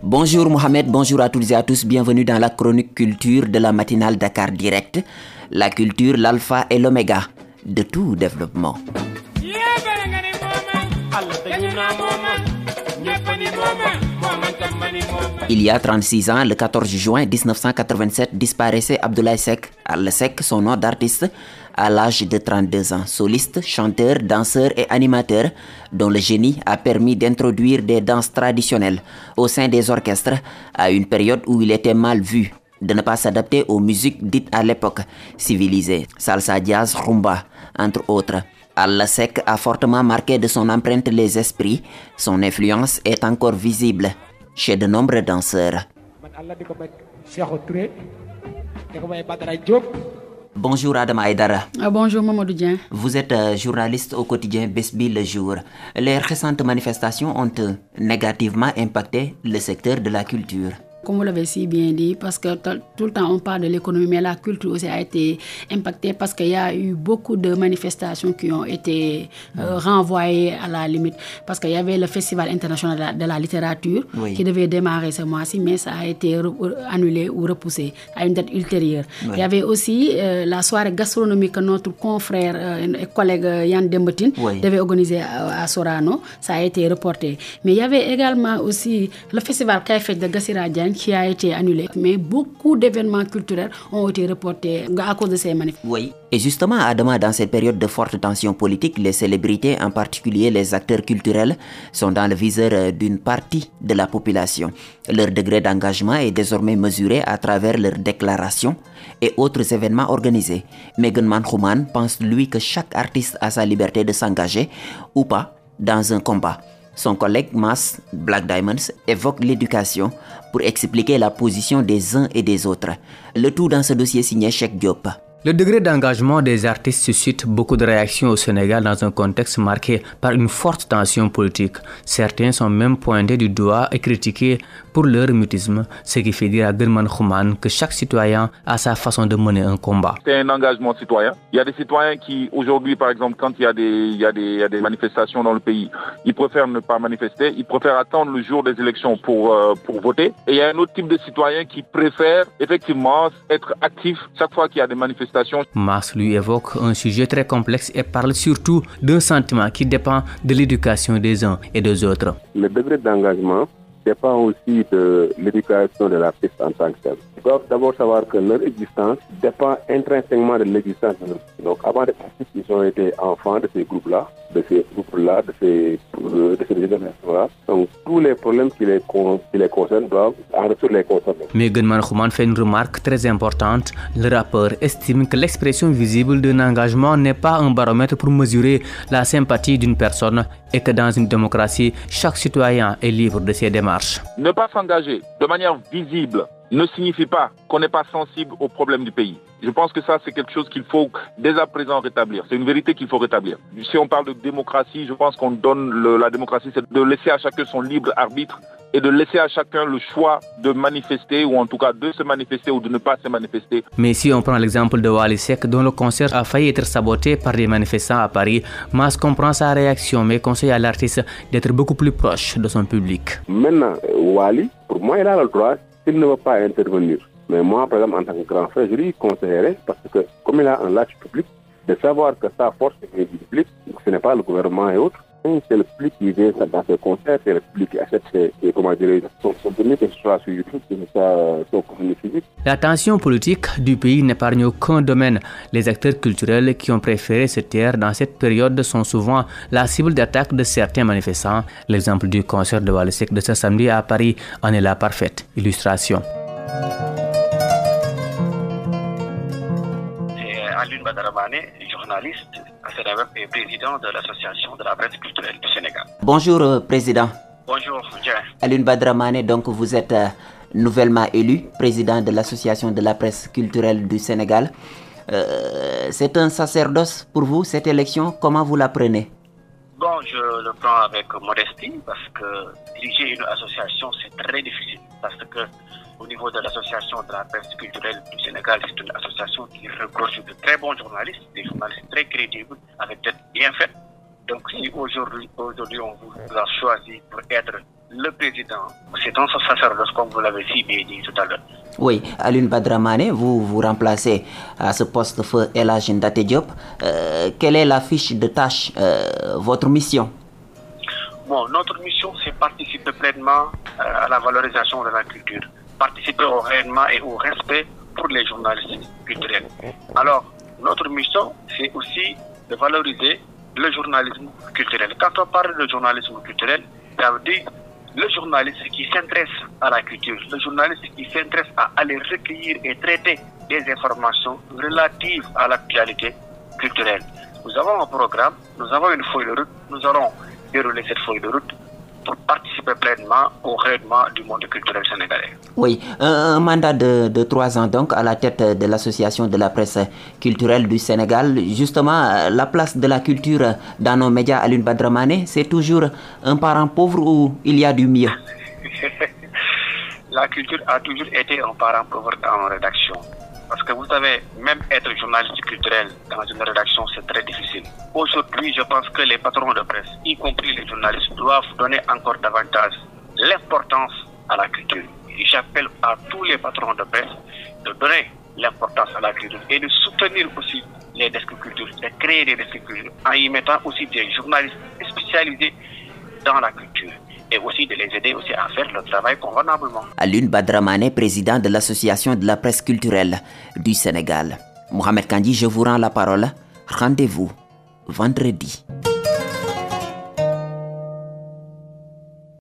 Bonjour Mohamed, bonjour à toutes et à tous, bienvenue dans la chronique culture de la matinale Dakar Direct. La culture, l'alpha et l'oméga de tout développement. Il y a 36 ans, le 14 juin 1987, disparaissait Abdoulaye Seck, Al-Seck, son nom d'artiste, à l'âge de 32 ans. Soliste, chanteur, danseur et animateur, dont le génie a permis d'introduire des danses traditionnelles au sein des orchestres à une période où il était mal vu de ne pas s'adapter aux musiques dites à l'époque civilisées, salsa, jazz, rumba, entre autres. Al-Seck a fortement marqué de son empreinte les esprits. Son influence est encore visible chez de nombreux danseurs. Bonjour Adam Aïdara. Bonjour Mamadou Dieng. Vous êtes journaliste au quotidien Besbi Le Jour. Les récentes manifestations ont négativement impacté le secteur de la culture. Comme vous l'avez si bien dit, parce que tout le temps on parle de l'économie, mais la culture aussi a été impactée parce qu'il y a eu beaucoup de manifestations qui ont été renvoyées à la limite. Parce qu'il y avait le Festival international de la littérature qui devait démarrer ce mois-ci, mais ça a été annulé ou repoussé à une date ultérieure. Il y avait aussi la soirée gastronomique que notre confrère et collègue Yann Dembetin devait organiser à Sorano. Ça a été reporté. Mais il y avait également aussi le Festival Kaifet de Gassira Diagne qui a été annulé. Mais beaucoup d'événements culturels ont été reportés à cause de ces manifestations. Oui. Et justement, Adama, dans cette période de forte tension politique, les célébrités, en particulier les acteurs culturels, sont dans le viseur d'une partie de la population. Leur degré d'engagement est désormais mesuré à travers leurs déclarations et autres événements organisés. Megan Manchouman pense, lui, que chaque artiste a sa liberté de s'engager ou pas dans un combat. Son collègue Mas Black Diamonds évoque l'éducation pour expliquer la position des uns et des autres. Le tout dans ce dossier signé Cheikh Diop. Le degré d'engagement des artistes suscite beaucoup de réactions au Sénégal dans un contexte marqué par une forte tension politique. Certains sont même pointés du doigt et critiqués pour leur mutisme, ce qui fait dire à German Khouman que chaque citoyen a sa façon de mener un combat. C'est un engagement citoyen. Il y a des citoyens qui, aujourd'hui, par exemple, quand il y a des manifestations dans le pays, ils préfèrent ne pas manifester, ils préfèrent attendre le jour des élections pour voter. Et il y a un autre type de citoyen qui préfère effectivement être actif chaque fois qu'il y a des manifestations. Mas lui évoque un sujet très complexe et parle surtout d'un sentiment qui dépend de l'éducation des uns et des autres. Le degré d'engagement dépend aussi de l'éducation de l'artiste en tant que tel. Ils doivent d'abord savoir que leur existence dépend intrinsèquement de l'existence de l'artiste. Donc avant d'être artistes, ils ont été enfants de ces groupes-là, de ces générations-là. Donc tous les problèmes qui les concernent doivent en retour les concerner. Mais Gunman Khouman fait une remarque très importante. Le rappeur estime que l'expression visible d'un engagement n'est pas un baromètre pour mesurer la sympathie d'une personne et que dans une démocratie, chaque citoyen est libre de ses démarches. Ne pas s'engager de manière visible ne signifie pas qu'on n'est pas sensible aux problèmes du pays. Je pense que ça, c'est quelque chose qu'il faut dès à présent rétablir. C'est une vérité qu'il faut rétablir. Si on parle de démocratie, je pense qu'on donne la démocratie, c'est de laisser à chacun son libre arbitre et de laisser à chacun le choix de manifester ou en tout cas de se manifester ou de ne pas se manifester. Mais si on prend l'exemple de Wally Seck, dont le concert a failli être saboté par des manifestants à Paris, Mas comprend sa réaction mais conseille à l'artiste d'être beaucoup plus proche de son public. Maintenant, Wally, pour moi, il a le droit s'il ne veut pas intervenir. Mais moi, par exemple, en tant que grand frère, je lui conseillerais, parce que comme il a un large public, de savoir que sa force est du public, ce n'est pas le gouvernement et autres. C'est le public qui vient dans ses concerts, c'est le public qui achète son contenu, que ce soit sur YouTube, que ce soit son contenu physique. La tension politique du pays n'épargne aucun domaine. Les acteurs culturels qui ont préféré se taire dans cette période sont souvent la cible d'attaque de certains manifestants. L'exemple du concert de Wally Seck de ce samedi à Paris en est la parfaite illustration. Alioune Badara Mané, journaliste et président de l'association de la presse culturelle du Sénégal. Bonjour président. Bonjour Dieng. Alioune Badara Mané, donc vous êtes nouvellement élu président de l'association de la presse culturelle du Sénégal. C'est un sacerdoce pour vous cette élection, comment vous la prenez? Bon, je le prends avec modestie parce que diriger une association c'est très difficile parce que au niveau de l'association de la presse culturelle du Sénégal, c'est une association qui regorge de très bons journalistes, des journalistes très crédibles, avec des têtes bien faites. Donc si aujourd'hui on vous a choisi pour être le président, c'est un sacerdoce, comme vous l'avez si bien dit tout à l'heure. Oui, Alioune Badara Mané, vous remplacez à ce poste feu El Hadji Ndaté Diop. Quelle est la fiche de tâche, votre mission? Bon, notre mission, c'est participer pleinement à la valorisation de la culture, participer au rayonnement et au respect pour les journalistes culturels. Alors, notre mission, c'est aussi de valoriser le journalisme culturel. Quand on parle de journalisme culturel, ça veut dire le journaliste qui s'intéresse à la culture, le journaliste qui s'intéresse à aller recueillir et traiter des informations relatives à l'actualité culturelle. Nous avons un programme, nous avons une feuille de route, nous allons dérouler cette feuille de route pour participer pleinement au rayonnement du monde culturel sénégalais. Oui, un mandat de 3 ans donc à la tête de l'association de la presse culturelle du Sénégal. Justement, la place de la culture dans nos médias, Alioune Badara Mané, c'est toujours un parent pauvre ou il y a du mieux? La culture a toujours été un parent pauvre dans nos rédactions. Parce que vous savez, même être journaliste culturel dans une rédaction, c'est très difficile. Aujourd'hui, je pense que les patrons de presse, y compris les journalistes, doivent donner encore davantage l'importance à la culture. Et j'appelle à tous les patrons de presse de donner l'importance à la culture et de soutenir aussi les desks culture, de créer des desks culture en y mettant aussi des journalistes spécialisés dans la culture. Et aussi de les aider aussi à faire le travail convenablement. Alioune Badara Mané, président de l'association de la presse culturelle du Sénégal. Mohamed Kandji, je vous rends la parole. Rendez-vous vendredi.